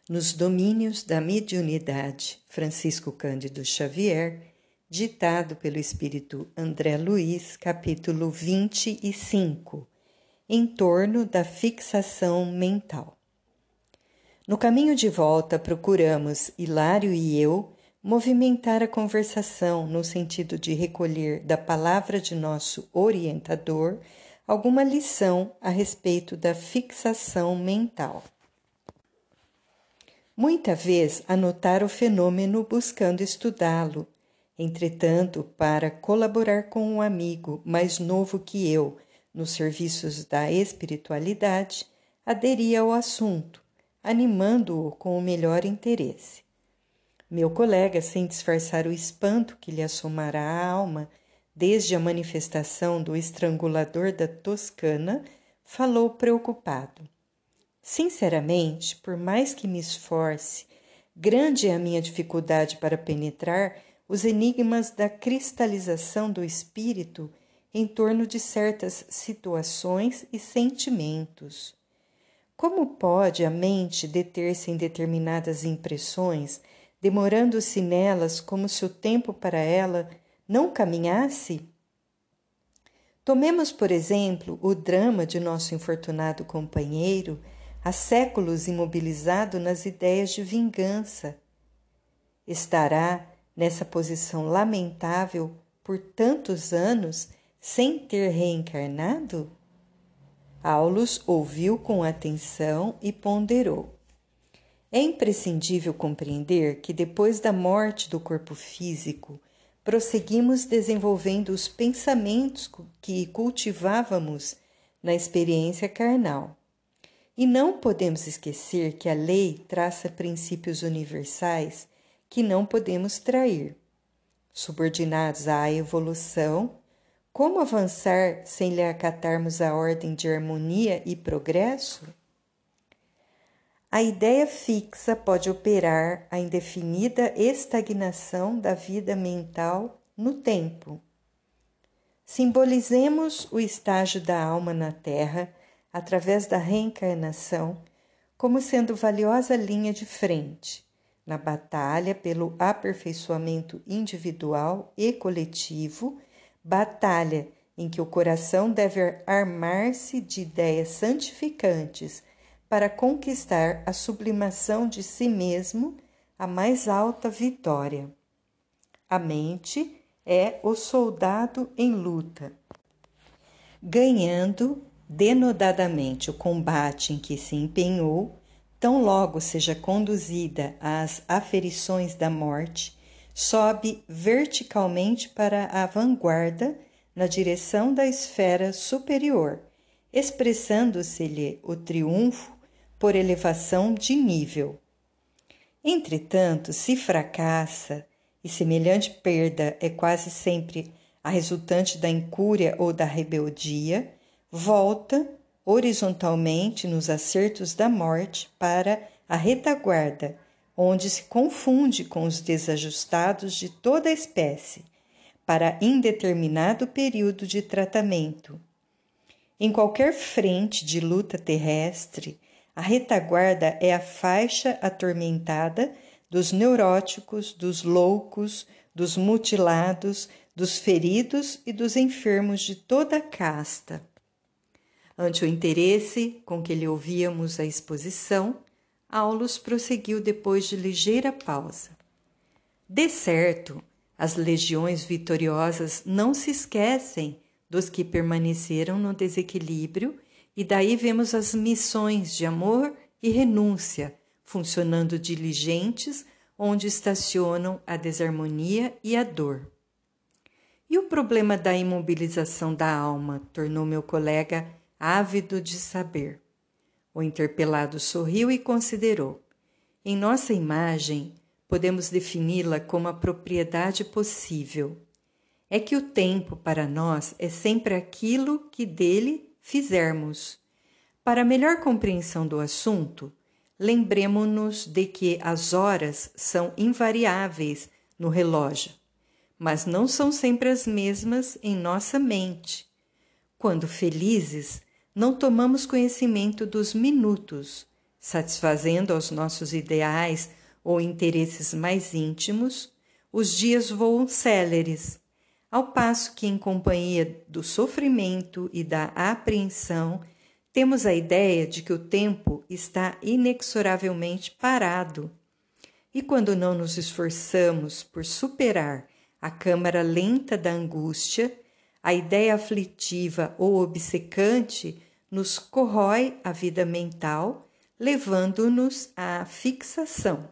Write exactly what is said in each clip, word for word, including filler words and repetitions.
Nos Domínios da Mediunidade, Francisco Cândido Xavier, ditado pelo Espírito André Luiz, capítulo vinte e cinco, em torno da fixação mental. No caminho de volta, procuramos, Hilário e eu, movimentar a conversação no sentido de recolher da palavra de nosso orientador alguma lição a respeito da fixação mental. Muita vez anotar o fenômeno buscando estudá-lo. Entretanto, para colaborar com um amigo mais novo que eu nos serviços da espiritualidade, aderi ao assunto, animando-o com o melhor interesse. Meu colega, sem disfarçar o espanto que lhe assomara à alma, desde a manifestação do estrangulador da Toscana, falou preocupado. Sinceramente, por mais que me esforce, grande é a minha dificuldade para penetrar os enigmas da cristalização do espírito em torno de certas situações e sentimentos. Como pode a mente deter-se em determinadas impressões, demorando-se nelas como se o tempo para ela não caminhasse? Tomemos, por exemplo, o drama de nosso infortunado companheiro, há séculos imobilizado nas ideias de vingança. Estará nessa posição lamentável por tantos anos sem ter reencarnado? Aulus ouviu com atenção e ponderou. É imprescindível compreender que depois da morte do corpo físico, prosseguimos desenvolvendo os pensamentos que cultivávamos na experiência carnal. E não podemos esquecer que a lei traça princípios universais que não podemos trair. Subordinados à evolução, como avançar sem lhe acatarmos a ordem de harmonia e progresso? A ideia fixa pode operar a indefinida estagnação da vida mental no tempo. Simbolizemos o estágio da alma na Terra, através da reencarnação, como sendo valiosa linha de frente, na batalha pelo aperfeiçoamento individual e coletivo, batalha em que o coração deve armar-se de ideias santificantes para conquistar a sublimação de si mesmo, a mais alta vitória. A mente é o soldado em luta, ganhando denodadamente o combate em que se empenhou, tão logo seja conduzida às aferições da morte, sobe verticalmente para a vanguarda na direção da esfera superior, expressando-se-lhe o triunfo por elevação de nível. Entretanto, se fracassa, e semelhante perda é quase sempre a resultante da incúria ou da rebeldia, volta horizontalmente nos acertos da morte para a retaguarda, onde se confunde com os desajustados de toda a espécie, para indeterminado período de tratamento. Em qualquer frente de luta terrestre, a retaguarda é a faixa atormentada dos neuróticos, dos loucos, dos mutilados, dos feridos e dos enfermos de toda a casta. Ante o interesse com que lhe ouvíamos a exposição, Aulus prosseguiu depois de ligeira pausa. De certo, as legiões vitoriosas não se esquecem dos que permaneceram no desequilíbrio, e daí vemos as missões de amor e renúncia funcionando diligentes onde estacionam a desarmonia e a dor. E o problema da imobilização da alma tornou meu colega ávido de saber. O interpelado sorriu e considerou. Em nossa imagem, podemos defini-la como a propriedade possível. É que o tempo para nós é sempre aquilo que dele fizermos. Para melhor compreensão do assunto, lembremo-nos de que as horas são invariáveis no relógio, mas não são sempre as mesmas em nossa mente. Quando felizes, não tomamos conhecimento dos minutos, satisfazendo aos nossos ideais ou interesses mais íntimos, os dias voam céleres, ao passo que, em companhia do sofrimento e da apreensão, temos a ideia de que o tempo está inexoravelmente parado. E quando não nos esforçamos por superar a câmara lenta da angústia, a ideia aflitiva ou obcecante nos corrói a vida mental, levando-nos à fixação.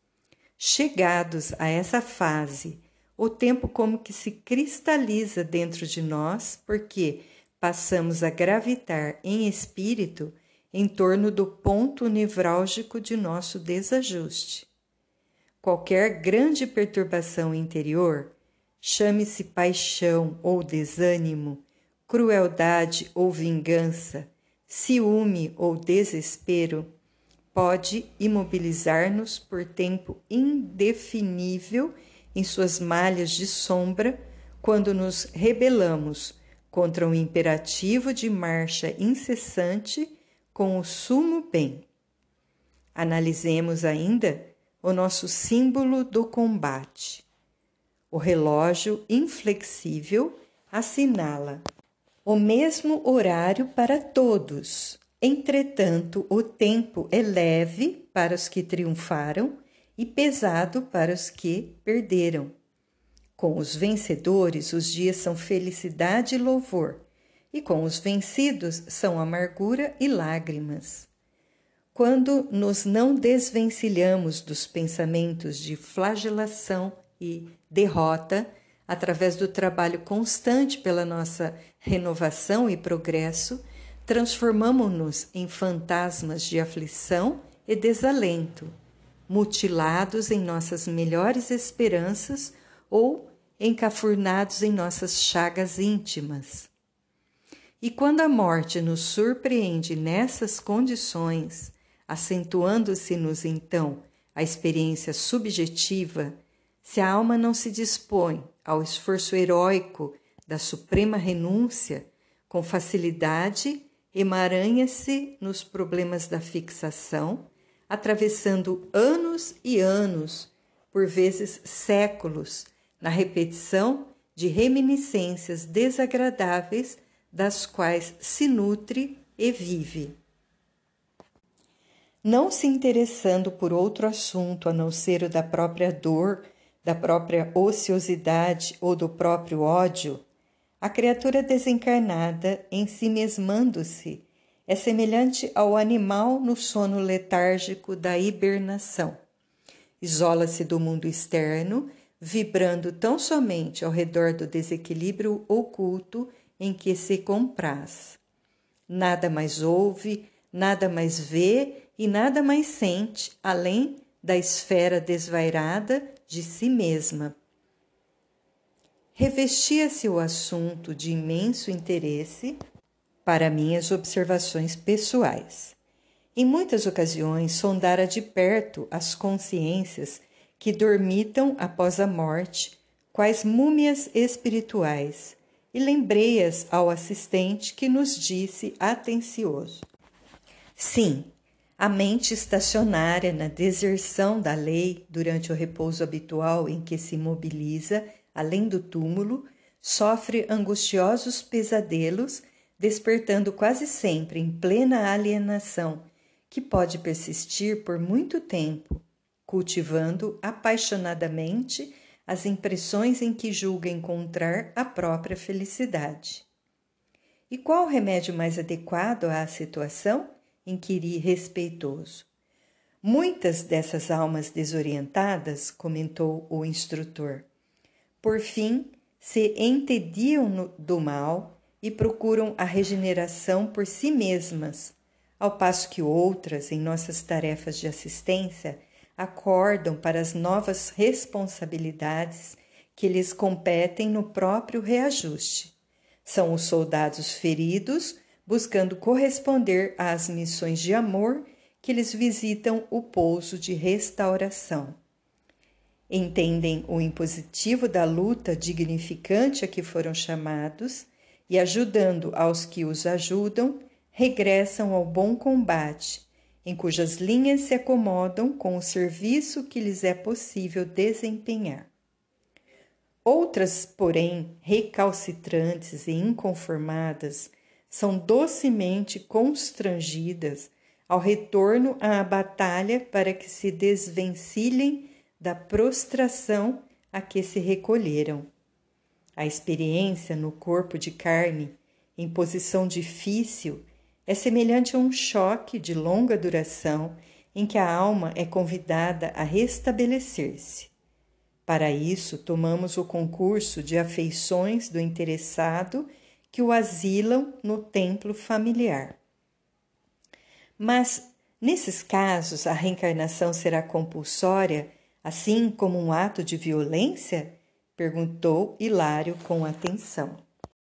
Chegados a essa fase, o tempo como que se cristaliza dentro de nós, porque passamos a gravitar em espírito em torno do ponto nevrálgico de nosso desajuste. Qualquer grande perturbação interior, chame-se paixão ou desânimo, crueldade ou vingança, ciúme ou desespero, pode imobilizar-nos por tempo indefinível em suas malhas de sombra quando nos rebelamos contra um imperativo de marcha incessante com o sumo bem. Analisemos ainda o nosso símbolo do combate. O relógio inflexível assinala o mesmo horário para todos. Entretanto, o tempo é leve para os que triunfaram e pesado para os que perderam. Com os vencedores, os dias são felicidade e louvor, e com os vencidos são amargura e lágrimas. Quando nos não desvencilhamos dos pensamentos de flagelação e derrota, através do trabalho constante pela nossa renovação e progresso, transformamo-nos em fantasmas de aflição e desalento, mutilados em nossas melhores esperanças ou encafurnados em nossas chagas íntimas. E quando a morte nos surpreende nessas condições, acentuando-se-nos então a experiência subjetiva, se a alma não se dispõe ao esforço heróico da suprema renúncia, com facilidade emaranha-se nos problemas da fixação, atravessando anos e anos, por vezes séculos, na repetição de reminiscências desagradáveis das quais se nutre e vive. Não se interessando por outro assunto a não ser o da própria dor, da própria ociosidade ou do próprio ódio, a criatura desencarnada, ensimesmando-se, é semelhante ao animal no sono letárgico da hibernação. Isola-se do mundo externo, vibrando tão somente ao redor do desequilíbrio oculto em que se compraz. Nada mais ouve, nada mais vê e nada mais sente, além da esfera desvairada de si mesma. Revestia-se o assunto de imenso interesse para minhas observações pessoais. Em muitas ocasiões, sondara de perto as consciências que dormitam após a morte, quais múmias espirituais, e lembrei-as ao assistente que nos disse atencioso: sim, a mente estacionária na deserção da lei durante o repouso habitual em que se mobiliza, além do túmulo, sofre angustiosos pesadelos, despertando quase sempre em plena alienação, que pode persistir por muito tempo, cultivando apaixonadamente as impressões em que julga encontrar a própria felicidade. E qual o remédio mais adequado à situação? Inquiri respeitoso. Muitas dessas almas desorientadas, comentou o instrutor, por fim se entediam do mal e procuram a regeneração por si mesmas, ao passo que outras, em nossas tarefas de assistência, acordam para as novas responsabilidades que lhes competem no próprio reajuste. São os soldados feridos, buscando corresponder às missões de amor que lhes visitam o pouso de restauração. Entendem o impositivo da luta dignificante a que foram chamados e, ajudando aos que os ajudam, regressam ao bom combate, em cujas linhas se acomodam com o serviço que lhes é possível desempenhar. Outras, porém, recalcitrantes e inconformadas, são docemente constrangidas ao retorno à batalha para que se desvencilhem da prostração a que se recolheram. A experiência no corpo de carne, em posição difícil, é semelhante a um choque de longa duração em que a alma é convidada a restabelecer-se. Para isso, tomamos o concurso de afeições do interessado que o asilam no templo familiar. Mas, nesses casos, a reencarnação será compulsória, assim como um ato de violência? Perguntou Hilário com atenção.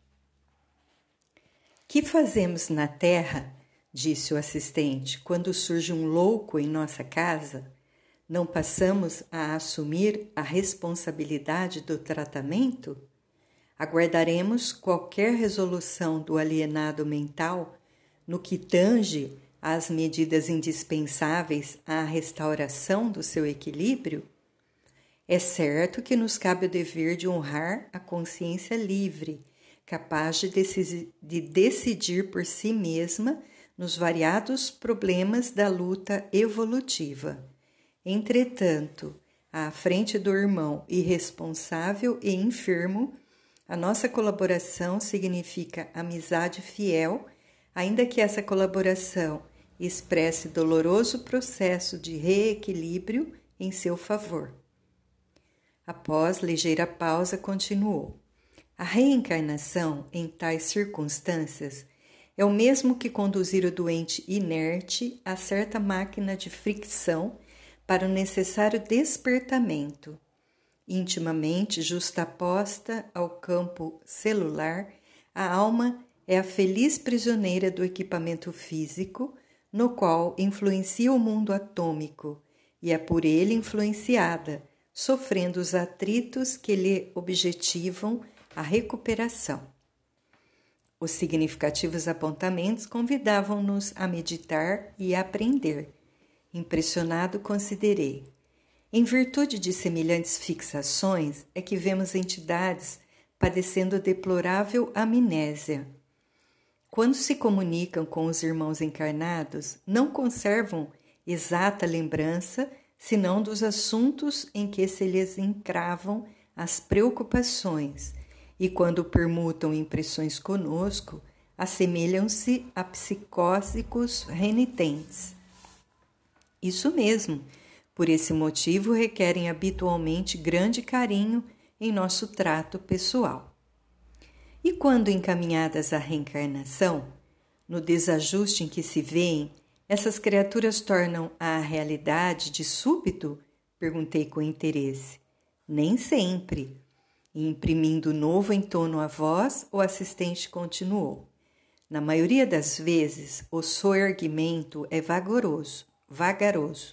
Que fazemos na terra, disse o assistente, quando surge um louco em nossa casa? Não passamos a assumir a responsabilidade do tratamento? Aguardaremos qualquer resolução do alienado mental no que tange às medidas indispensáveis à restauração do seu equilíbrio? É certo que nos cabe o dever de honrar a consciência livre, capaz de, decidir, de decidir por si mesma nos variados problemas da luta evolutiva. Entretanto, à frente do irmão irresponsável e enfermo, a nossa colaboração significa amizade fiel, ainda que essa colaboração expresse doloroso processo de reequilíbrio em seu favor. Após ligeira pausa, continuou. A reencarnação, em tais circunstâncias, é o mesmo que conduzir o doente inerte a certa máquina de fricção para o necessário despertamento. Intimamente justaposta ao campo celular, a alma é a feliz prisioneira do equipamento físico, no qual influencia o mundo atômico, e é por ele influenciada, sofrendo os atritos que lhe objetivam a recuperação. Os significativos apontamentos convidavam-nos a meditar e a aprender. Impressionado, considerei. Em virtude de semelhantes fixações, é que vemos entidades padecendo deplorável amnésia. Quando se comunicam com os irmãos encarnados, não conservam exata lembrança senão dos assuntos em que se lhes encravam as preocupações, e quando permutam impressões conosco, assemelham-se a psicóticos renitentes. Isso mesmo, por esse motivo requerem habitualmente grande carinho em nosso trato pessoal. E quando encaminhadas à reencarnação, no desajuste em que se veem, essas criaturas tornam a realidade de súbito? Perguntei com interesse. Nem sempre. E imprimindo novo entono à voz, o assistente continuou. Na maioria das vezes, o soerguimento é vagaroso, vagaroso.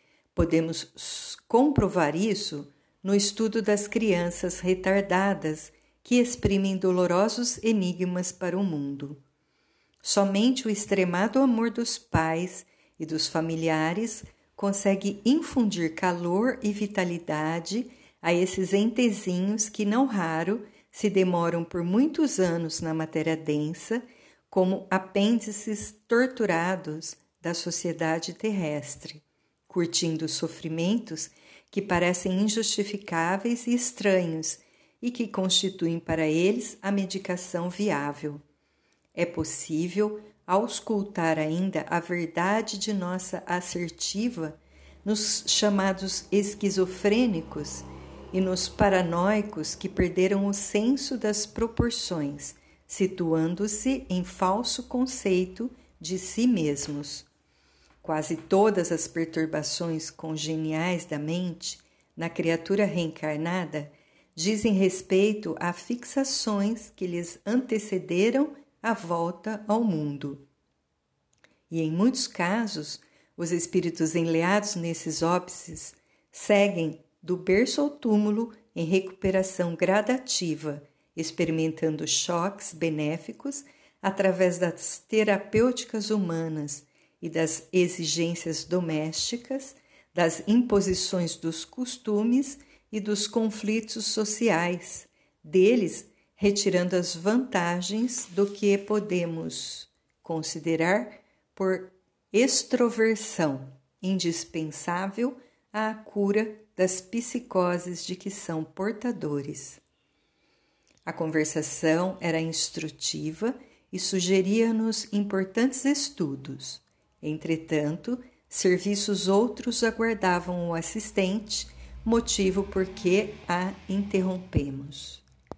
Podemos comprovar isso no estudo das crianças retardadas que exprimem dolorosos enigmas para o mundo. Somente o extremado amor dos pais e dos familiares consegue infundir calor e vitalidade a esses entezinhos que, não raro, se demoram por muitos anos na matéria densa, como apêndices torturados da sociedade terrestre, curtindo sofrimentos que parecem injustificáveis e estranhos e que constituem para eles a medicação viável. É possível auscultar ainda a verdade de nossa assertiva nos chamados esquizofrênicos e nos paranoicos que perderam o senso das proporções, situando-se em falso conceito de si mesmos. Quase todas as perturbações congeniais da mente na criatura reencarnada dizem respeito a fixações que lhes antecederam a volta ao mundo. E em muitos casos, os espíritos enleados nesses óbices seguem do berço ao túmulo em recuperação gradativa, experimentando choques benéficos através das terapêuticas humanas e das exigências domésticas, das imposições dos costumes e dos conflitos sociais, deles retirando as vantagens do que podemos considerar por extroversão, indispensável à cura das psicoses de que são portadores. A conversação era instrutiva e sugeria-nos importantes estudos. Entretanto, serviços outros aguardavam o assistente, motivo por que a interrompemos.